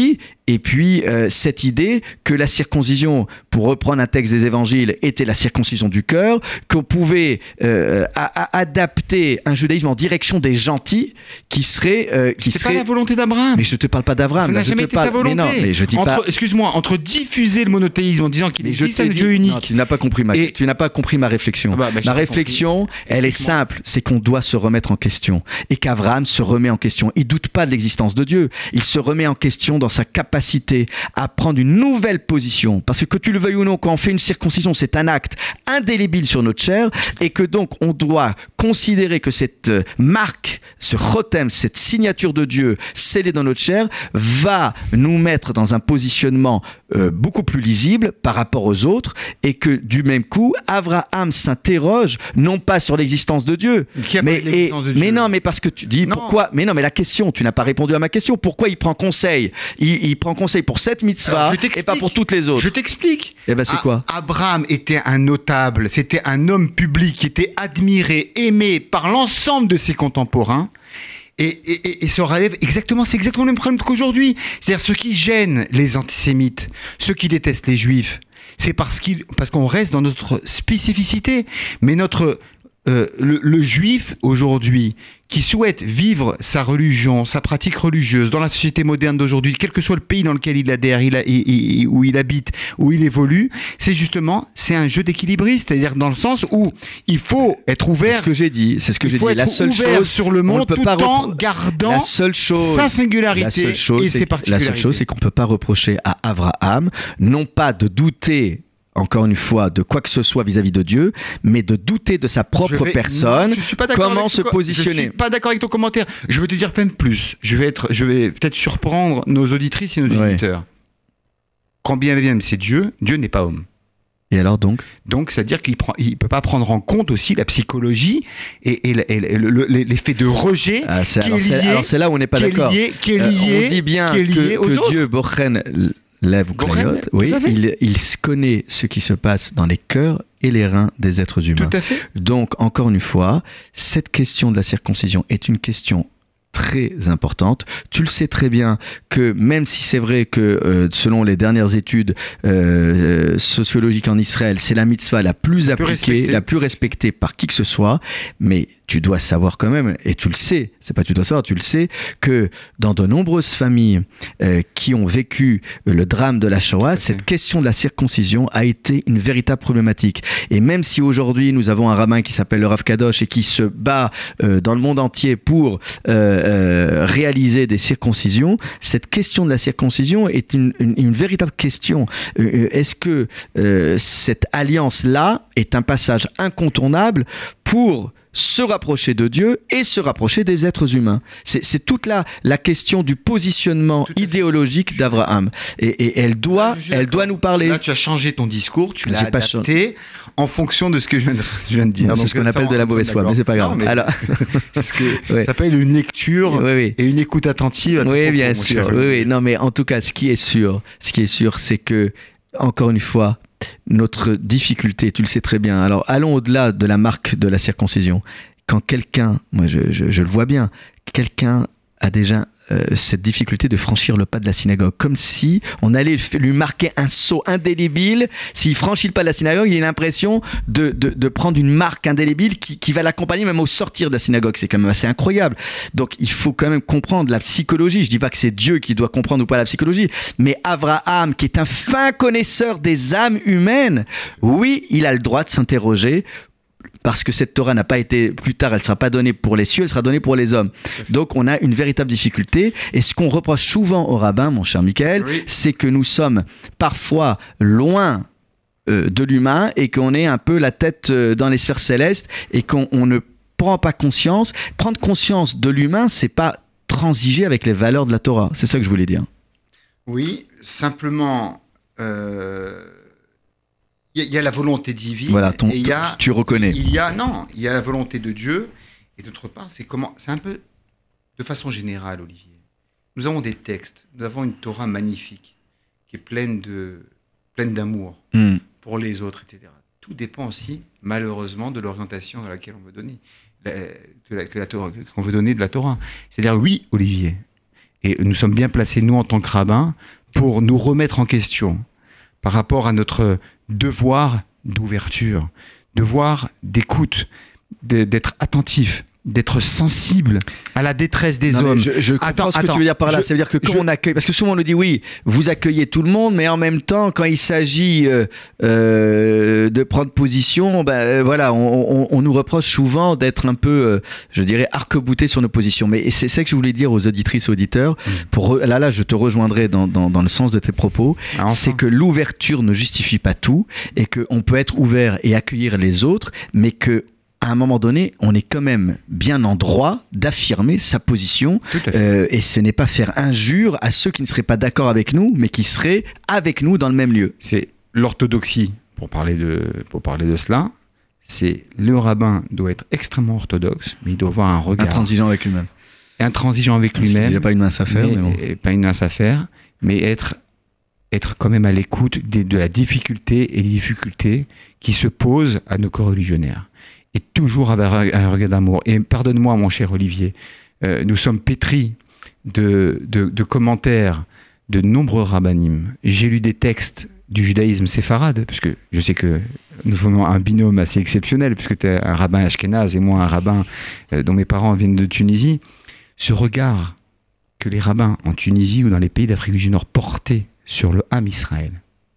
Et puis, euh, cette idée que la circoncision, pour reprendre un texte des évangiles, était la circoncision du cœur, qu'on pouvait euh, a, a, adapter un judaïsme en direction des gentils qui seraient... Euh, qui c'est seraient... pas la volonté d'Abraham. Mais je te parle pas d'Abraham. Ça là, n'a je jamais te été parle... sa volonté. Mais non, mais je dis entre, pas... Excuse-moi, entre diffuser le monothéisme en disant qu'il Mais existe je un t'ai Dieu dit... unique... Non, tu n'as pas compris ma, Et... tu n'as pas compris ma réflexion. Ah bah, bah, ma réflexion, elle est simple, c'est qu'on doit se remettre en question. Et qu'Abraham se remet en question. Il doute pas de l'existence de Dieu. Il se remet en question dans sa capacité à prendre une nouvelle position. Parce que que tu le veuilles ou non, quand on fait une circoncision, c'est un acte indélébile sur notre chair et que donc on doit considérer que cette marque, ce chotem, cette signature de Dieu scellée dans notre chair va nous mettre dans un positionnement euh, beaucoup plus lisible par rapport aux autres et que du même coup, Abraham s'interroge non pas sur l'existence de Dieu, mais, et, de Dieu. mais non, mais parce que tu dis non. pourquoi, mais non, mais la question, tu n'as pas répondu à ma question, pourquoi il prend conseil il, il prend conseil pour cette mitzvah et pas pour toutes les autres. Je t'explique. Eh ben c'est quoi ? Abraham était un notable, c'était un homme public qui était admiré, aimé par l'ensemble de ses contemporains. Et, et, et se relève exactement, c'est exactement le même problème qu'aujourd'hui. C'est-à-dire ce qui gêne les antisémites, ceux qui détestent les juifs, c'est parce qu'il, parce qu'on reste dans notre spécificité. Mais notre euh, le, le juif aujourd'hui qui souhaite vivre sa religion, sa pratique religieuse dans la société moderne d'aujourd'hui, quel que soit le pays dans lequel il adhère, il a, il, il, où il habite, où il évolue, c'est justement, c'est un jeu d'équilibriste, c'est-à-dire dans le sens où il faut être ouvert. C'est ce que j'ai dit. C'est ce que j'ai dit. La seule chose sur le monde, tout en gardant la seule chose, sa singularité la seule chose, et ses particularités. La seule chose, c'est qu'on peut pas reprocher à Abraham, non pas de douter. Encore une fois, de quoi que ce soit vis-à-vis de Dieu, mais de douter de sa propre vais, personne, non, je suis pas comment se co- positionner. Je suis pas d'accord avec ton commentaire. Je vais te dire même plus. Je vais, être, je vais peut-être surprendre nos auditrices et nos ouais. auditeurs. Quand bien même c'est Dieu, Dieu n'est pas homme. Et alors donc Donc, c'est-à-dire qu'il ne il peut pas prendre en compte aussi la psychologie et, et, et, et le, le, l'effet de rejet ah, c'est, qui alors, est lié, c'est, alors c'est là où on n'est pas qui d'accord. Est lié, qui est lié, euh, on dit bien qui est lié que, aux que autres. Dieu, Bochen, lève ou clignote, oui, il, il connaît ce qui se passe dans les cœurs et les reins des êtres humains. Tout à fait. Donc, encore une fois, cette question de la circoncision est une question très importante. Tu le sais très bien que même si c'est vrai que euh, selon les dernières études euh, sociologiques en Israël, c'est la mitzvah la plus appliquée, respectée. la plus respectée par qui que ce soit, mais tu dois savoir quand même, et tu le sais, c'est pas tu dois savoir, tu le sais, que dans de nombreuses familles euh, qui ont vécu le drame de la Shoah, cette question de la circoncision a été une véritable problématique. Et même si aujourd'hui nous avons un rabbin qui s'appelle le Rav Kadosh et qui se bat euh, dans le monde entier pour euh, euh, réaliser des circoncisions, cette question de la circoncision est une, une, une véritable question. Euh, est-ce que euh, cette alliance-là est un passage incontournable pour se rapprocher de Dieu et se rapprocher des êtres humains. C'est, c'est toute la, la question du positionnement idéologique d'Abraham. Et, et elle doit, elle doit nous parler. Là, tu as changé ton discours, tu l'as J'ai adapté changé. En fonction de ce que je viens de, je viens de dire. Non, c'est ce qu'on appelle de la mauvaise foi, mais c'est pas grave. Non, mais Alors, parce que ouais. ça s'appelle une lecture oui, oui. et une écoute attentive. À oui, bien sûr. Oui, oui. Non, mais en tout cas, ce qui est sûr, ce qui est sûr, c'est que, encore une fois, notre difficulté, tu le sais très bien. Alors, allons au-delà de la marque de la circoncision. Quand quelqu'un, moi je, je, je le vois bien, quelqu'un a déjà euh, cette difficulté de franchir le pas de la synagogue, comme si on allait lui marquer un sceau indélébile. S'il franchit le pas de la synagogue, il a l'impression de, de, de prendre une marque indélébile qui, qui va l'accompagner même au sortir de la synagogue. C'est quand même assez incroyable. Donc il faut quand même comprendre la psychologie. Je dis pas que c'est Dieu qui doit comprendre ou pas la psychologie, mais Abraham, qui est un fin connaisseur des âmes humaines, oui, il a le droit de s'interroger. Parce que cette Torah n'a pas été, plus tard, elle ne sera pas donnée pour les cieux, elle sera donnée pour les hommes. Donc on a une véritable difficulté. Et ce qu'on reproche souvent aux rabbins, mon cher Michael, oui. c'est que nous sommes parfois loin euh, de l'humain et qu'on est un peu la tête euh, dans les sphères célestes et qu'on on ne prend pas conscience. Prendre conscience de l'humain, c'est pas transiger avec les valeurs de la Torah. C'est ça que je voulais dire. Oui, simplement... Euh... Il y a la volonté divine. Voilà, ton, et il y a, tu reconnais. Il y a non, il y a la volonté de Dieu. Et d'autre part, c'est comment, c'est un peu de façon générale, Olivier. Nous avons des textes, nous avons une Torah magnifique qui est pleine de, pleine d'amour mm. pour les autres, et cetera. Tout dépend aussi, malheureusement, de l'orientation dans laquelle on veut donner, la, de la, que la Torah, qu'on veut donner de la Torah. C'est-à-dire, oui, Olivier. Et nous sommes bien placés, nous, en tant que rabbins, pour nous remettre en question par rapport à notre devoir d'ouverture, devoir d'écoute, d'être attentif, d'être sensible à la détresse des non, hommes. Je, je comprends attends, ce que attends, tu veux dire par là. Je, ça veut dire que quand je, on accueille, parce que souvent on nous dit oui, vous accueillez tout le monde, mais en même temps, quand il s'agit euh, euh, de prendre position, ben euh, voilà, on, on, on nous reproche souvent d'être un peu, euh, je dirais, arc-bouté sur nos positions. Mais c'est ça que je voulais dire aux auditrices, auditeurs. Mmh. Pour là, là, je te rejoindrai dans, dans, dans le sens de tes propos. Ah, enfin. C'est que l'ouverture ne justifie pas tout, et qu'on peut être ouvert et accueillir les autres, mais que à un moment donné, on est quand même bien en droit d'affirmer sa position euh, et ce n'est pas faire injure à ceux qui ne seraient pas d'accord avec nous, mais qui seraient avec nous dans le même lieu. C'est l'orthodoxie, pour parler de, pour parler de cela, c'est le rabbin doit être extrêmement orthodoxe, mais il doit avoir un regard... Intransigeant avec lui-même. Intransigeant avec lui-même. Il n'a pas une mince affaire. Mais, mais bon. Pas une mince affaire, mais être, être quand même à l'écoute de, de la difficulté et des difficultés qui se posent à nos coreligionnaires. Et toujours avec un regard d'amour. Et pardonne-moi, mon cher Olivier, euh, nous sommes pétris de, de, de commentaires de nombreux rabbinim. J'ai lu des textes du judaïsme séfarade, parce que je sais que nous formons un binôme assez exceptionnel, puisque tu es un rabbin ashkénaze et moi un rabbin euh, dont mes parents viennent de Tunisie. Ce regard que les rabbins en Tunisie ou dans les pays d'Afrique du Nord portaient sur le Ham Israël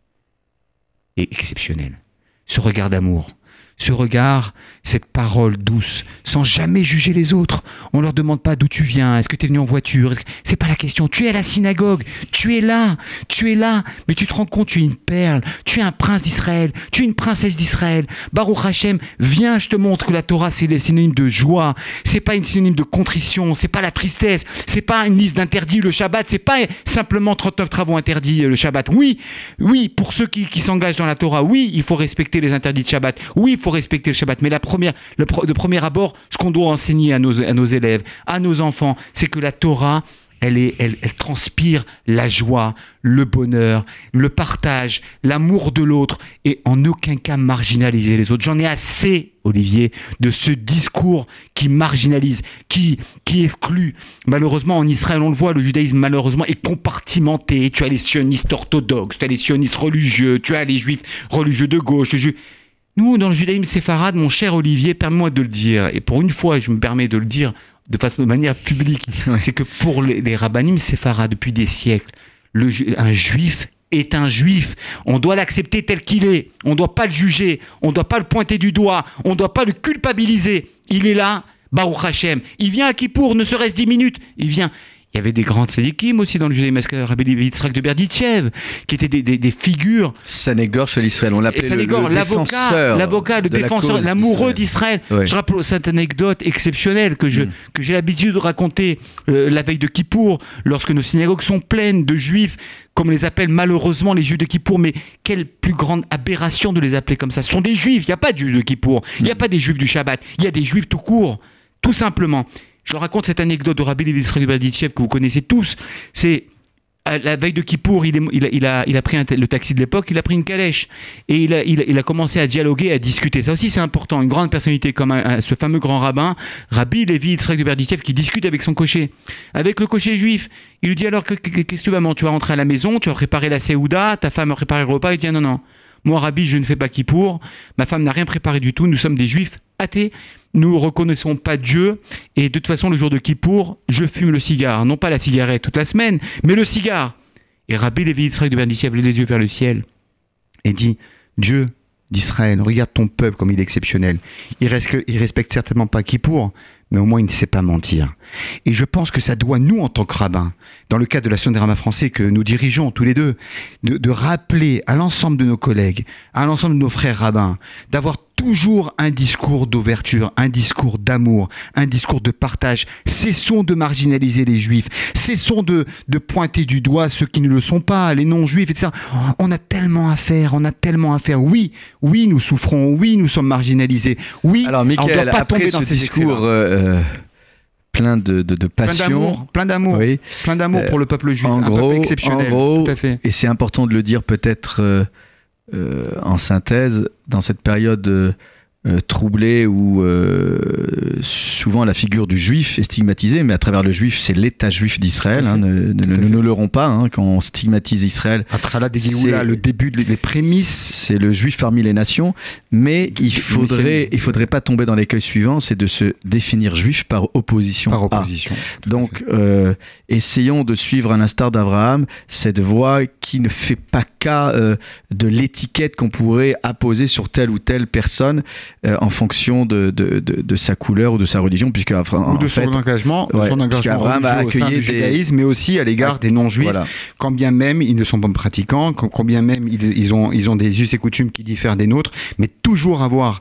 est exceptionnel. Ce regard d'amour. Ce regard, cette parole douce, sans jamais juger les autres. On leur demande pas d'où tu viens, est-ce que tu es venu en voiture, que... c'est pas la question. Tu es à la synagogue, tu es là, tu es là, mais tu te rends compte, tu es une perle, tu es un prince d'Israël, tu es une princesse d'Israël. Baruch Hashem, viens, je te montre que la Torah c'est le synonyme de joie, c'est pas une synonyme de contrition, c'est pas la tristesse, c'est pas une liste d'interdits. Le Shabbat, c'est pas simplement trente-neuf travaux interdits le Shabbat. Oui, oui, pour ceux qui, qui s'engagent dans la Torah, oui, il faut respecter les interdits de Shabbat. Oui, il faut respecter le Shabbat, mais la première, le, de premier abord, ce qu'on doit enseigner à nos, à nos élèves, à nos enfants, c'est que la Torah, elle, est, elle, elle transpire la joie, le bonheur, le partage, l'amour de l'autre, et en aucun cas marginaliser les autres. J'en ai assez, Olivier, de ce discours qui marginalise, qui, qui exclut. Malheureusement, en Israël, on le voit, le judaïsme, malheureusement, est compartimenté. Tu as les sionistes orthodoxes, tu as les sionistes religieux, tu as les juifs religieux de gauche, les juifs... Nous, dans le judaïsme séfarade, mon cher Olivier, permets-moi de le dire, et pour une fois, je me permets de le dire de façon de manière publique, ouais. C'est que pour les, les rabbinim séfarades, depuis des siècles, le, un juif est un juif. On doit l'accepter tel qu'il est. On ne doit pas le juger. On ne doit pas le pointer du doigt. On ne doit pas le culpabiliser. Il est là, Baruch Hashem. Il vient à Kippour, ne serait-ce dix minutes. Il vient... Il y avait des grands tzadikim aussi dans le judaïsme, Rabbi Yitzhak de Berditchev, qui étaient des, des, des figures. Sanégor chez l'Israël, on l'appelait le, le l'avocat, défenseur. L'avocat, le défenseur, l'amoureux d'Israël. Ouais. Je rappelle cette anecdote exceptionnelle que, je, mm. que j'ai l'habitude de raconter euh, la veille de Kippour, lorsque nos synagogues sont pleines de juifs, comme on les appelle malheureusement les juifs de Kippour, mais quelle plus grande aberration de les appeler comme ça. Ce sont des juifs, il n'y a pas de juifs de Kippour, il n'y a pas des juifs du Shabbat, il y a des juifs tout court, tout simplement. Je leur raconte cette anecdote de Rabbi Yitzhak de Berditchev que vous connaissez tous. C'est à la veille de Kippour, il, est, il, a, il, a, il a pris un, le taxi de l'époque, il a pris une calèche et il a, il, a, il a commencé à dialoguer, à discuter. Ça aussi, c'est important. Une grande personnalité comme un, un, ce fameux grand rabbin, Rabbi Levi Yitzhak de Berditchev, qui discute avec son cocher, avec le cocher juif. Il lui dit alors, qu'est-ce que tu vas, tu vas rentrer à la maison, tu vas préparer la séouda, ta femme a préparé le repas. Il dit non, non. Moi, Rabbi, je ne fais pas Kippour. Ma femme n'a rien préparé du tout. Nous sommes des juifs athées. Nous ne reconnaissons pas Dieu. Et de toute façon, le jour de Kippour, je fume le cigare. Non pas la cigarette toute la semaine, mais le cigare. Et Rabbi Levi Yitzhak de Berditchev lève les yeux vers le ciel et dit, Dieu d'Israël, regarde ton peuple comme il est exceptionnel. Il ne respecte certainement pas Kippour, mais au moins il ne sait pas mentir. Et je pense que ça doit, nous, en tant que rabbins, dans le cadre de la Sion des rabbins français que nous dirigeons tous les deux, de, de rappeler à l'ensemble de nos collègues, à l'ensemble de nos frères rabbins, d'avoir toujours un discours d'ouverture, un discours d'amour, un discours de partage. Cessons de marginaliser les juifs, cessons de, de pointer du doigt ceux qui ne le sont pas, les non-juifs, et cetera. On a tellement à faire, on a tellement à faire. Oui, oui, nous souffrons, oui, nous sommes marginalisés. Oui, alors, Michael, on ne doit pas tomber dans ces discours euh, plein de, de, de passion, plein d'amour, oui. plein d'amour euh, pour le peuple juif, en un gros, peuple exceptionnel. En gros, tout à fait. Et c'est important de le dire peut-être euh, euh, en synthèse, dans cette période euh, euh, troublé où euh, souvent la figure du juif est stigmatisée, mais à travers le juif, c'est l'État juif d'Israël. Hein, ne, ne, ne nous leurrons pas, hein, quand on stigmatise Israël. Atrala de Géoula, le début, les prémices. C'est le juif parmi les nations, mais il faudrait, il faudrait pas tomber dans l'écueil suivant, c'est de se définir juif par opposition. Par opposition. À. Donc, euh, essayons de suivre à l'instar d'Abraham cette voie qui ne fait pas cas euh, de l'étiquette qu'on pourrait apposer sur telle ou telle personne euh, en fonction de, de, de, de sa couleur ou de sa religion, puisque en, ou de son fait, engagement, ouais, de son engagement religieux a au sein du des... judaïsme, mais aussi à l'égard des non-juifs, voilà. Quand bien même ils ne sont pas pratiquants, quand, quand bien même ils, ils, ont, ils ont des us et coutumes qui diffèrent des nôtres, mais toujours avoir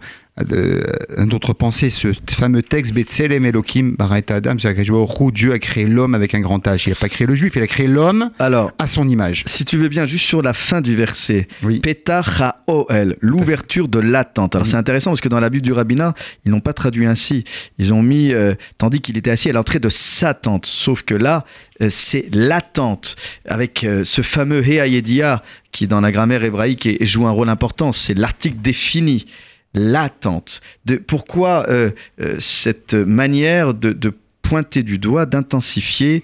un autre pensée, ce fameux texte Betselem Elohim Baraet Adam, c'est-à-dire que Dieu a créé l'homme avec un grand H. Il n'a pas créé le juif, il a créé l'homme Alors, à son image. Si tu veux bien, juste sur la fin du verset, oui. Petach HaOel, l'ouverture de la tente. Alors oui. C'est intéressant parce que dans la Bible du rabbinat, ils n'ont pas traduit ainsi. Ils ont mis, euh, tandis qu'il était assis à l'entrée de sa tente. Sauf que là, euh, c'est la tente, avec euh, ce fameux Hea Yedia qui, dans la grammaire hébraïque, joue un rôle important. C'est l'article défini. L'attente. De, pourquoi euh, euh, cette manière de, de pointer du doigt, d'intensifier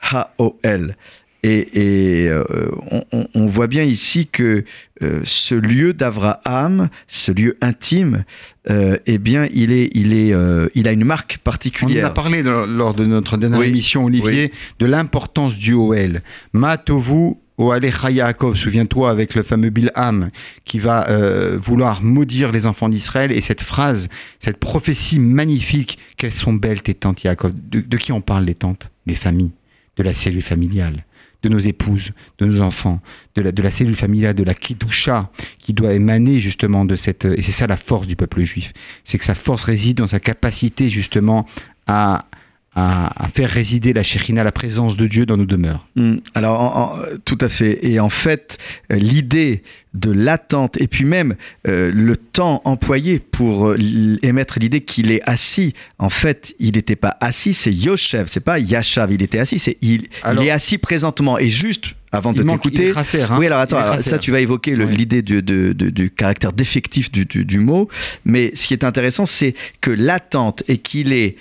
HaOel. Et, et euh, on, on voit bien ici que euh, ce lieu d'Abraham, ce lieu intime, euh, eh bien, il, est, il, est, euh, il a une marque particulière. On en a parlé de, lors de notre dernière oui. émission, Olivier, oui. de l'importance du Oel. Ma tovu Oalecha Yaakov, souviens-toi avec le fameux Bilham qui va euh, vouloir maudire les enfants d'Israël, et cette phrase, cette prophétie magnifique, quelles sont belles tes tantes Yaakov. De, de qui on parle les tantes? Des familles, de la cellule familiale, de nos épouses, de nos enfants, de la, de la cellule familiale, de la Kidusha qui doit émaner justement de cette... Et c'est ça la force du peuple juif, c'est que sa force réside dans sa capacité justement à... À, à faire résider la Shekhinah, la présence de Dieu dans nos demeures. Mmh. Alors, en, en, tout à fait. Et en fait, euh, l'idée de l'attente, et puis même euh, le temps employé pour euh, émettre l'idée qu'il est assis, en fait, il n'était pas assis, c'est Yoshev, c'est pas Yashav, il était assis, c'est il, alors, il est assis présentement. Et juste avant de t'écouter... Hein. Oui, alors attends, alors, ça tu vas évoquer le, oui. l'idée du, de, de, du caractère défectif du, du, du mot, mais ce qui est intéressant, c'est que l'attente et qu'il est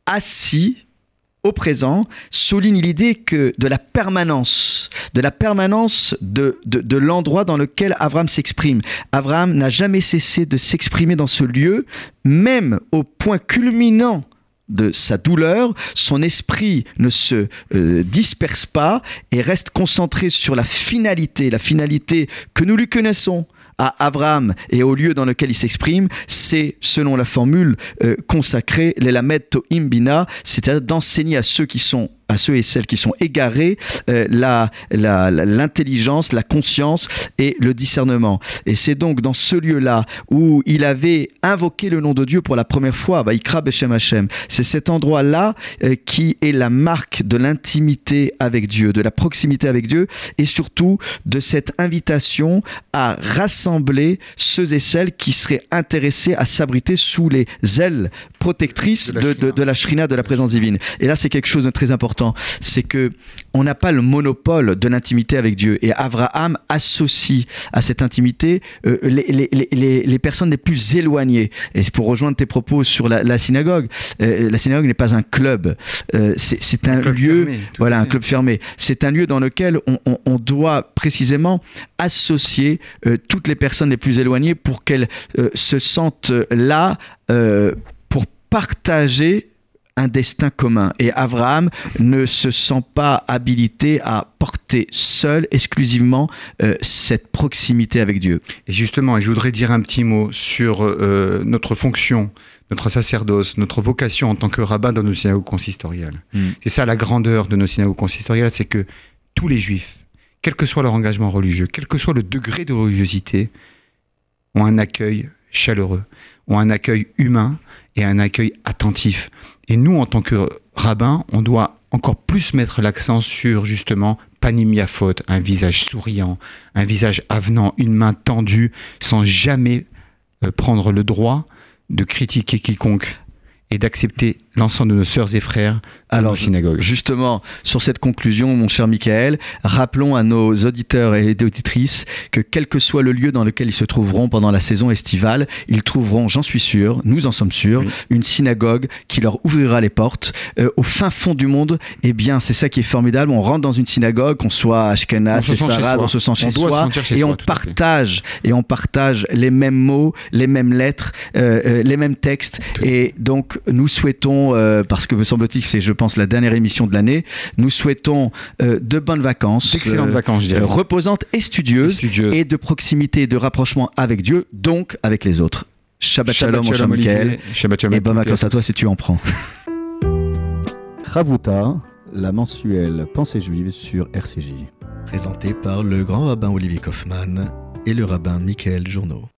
assis au présent souligne l'idée que de la permanence, de la permanence de, de, de l'endroit dans lequel Abraham s'exprime. Abraham n'a jamais cessé de s'exprimer dans ce lieu, même au point culminant de sa douleur, son esprit ne se euh, disperse pas et reste concentré sur la finalité, la finalité que nous lui connaissons à Abraham et au lieu dans lequel il s'exprime, c'est, selon la formule euh, consacrée, l'elamed to'im bina, c'est-à-dire d'enseigner à ceux qui sont à ceux et celles qui sont égarés, euh, la, la, la, l'intelligence, la conscience et le discernement. Et c'est donc dans ce lieu-là où il avait invoqué le nom de Dieu pour la première fois, Vaïkra Beshem Hashem. C'est cet endroit-là euh, qui est la marque de l'intimité avec Dieu, de la proximité avec Dieu, et surtout de cette invitation à rassembler ceux et celles qui seraient intéressés à s'abriter sous les ailes protectrices de, de, de, de la Shrina, de la présence divine. Et là, c'est quelque chose de très important. C'est que on n'a pas le monopole de l'intimité avec Dieu, et Abraham associe à cette intimité euh, les, les, les, les personnes les plus éloignées. Et c'est pour rejoindre tes propos sur la, la synagogue, euh, la synagogue n'est pas un club, euh, c'est, c'est un, un lieu, fermé, voilà, un club fermé. C'est un lieu dans lequel on, on, on doit précisément associer euh, toutes les personnes les plus éloignées pour qu'elles euh, se sentent là euh, pour partager un destin commun. Et Abraham ne se sent pas habilité à porter seul, exclusivement, euh, cette proximité avec Dieu. Et justement, je voudrais dire un petit mot sur euh, notre fonction, notre sacerdoce, notre vocation en tant que rabbin dans nos synagogues consistoriales. Mm. C'est ça la grandeur de nos synagogues consistoriales, c'est que tous les juifs, quel que soit leur engagement religieux, quel que soit le degré de religiosité, ont un accueil chaleureux, ont un accueil humain et un accueil attentif. Et nous, en tant que rabbins, on doit encore plus mettre l'accent sur, justement, panim yafot, un visage souriant, un visage avenant, une main tendue, sans jamais euh, prendre le droit de critiquer quiconque et d'accepter l'ensemble de nos sœurs et frères Alors, dans la synagogue. Justement, sur cette conclusion, mon cher Michael, rappelons à nos auditeurs et auditrices que quel que soit le lieu dans lequel ils se trouveront pendant la saison estivale, ils trouveront, j'en suis sûr, nous en sommes sûrs, oui. une synagogue qui leur ouvrira les portes. Euh, au fin fond du monde, eh bien, c'est ça qui est formidable. On rentre dans une synagogue, qu'on soit ashkénaze, séfarade, on se sent chez soi, on se sent chez et soi, on partage et on partage les mêmes mots, les mêmes lettres, euh, euh, les mêmes textes. Tout et donc, nous souhaitons, euh, parce que me semble-t-il que c'est, je pense, la dernière émission de l'année, nous souhaitons euh, de bonnes vacances, d'excellentes euh, vacances, je dirais, euh, reposantes et studieuses, et studieuses, et de proximité et de rapprochement avec Dieu, donc avec les autres. Shabbat, Shabbat shalom, mon cher Michael, et bonnes vacances à toi si tu en prends. Chavruta, la mensuelle Pensée juive sur R C J. Présenté par le grand rabbin Olivier Kaufmann et le rabbin Michael Journeau.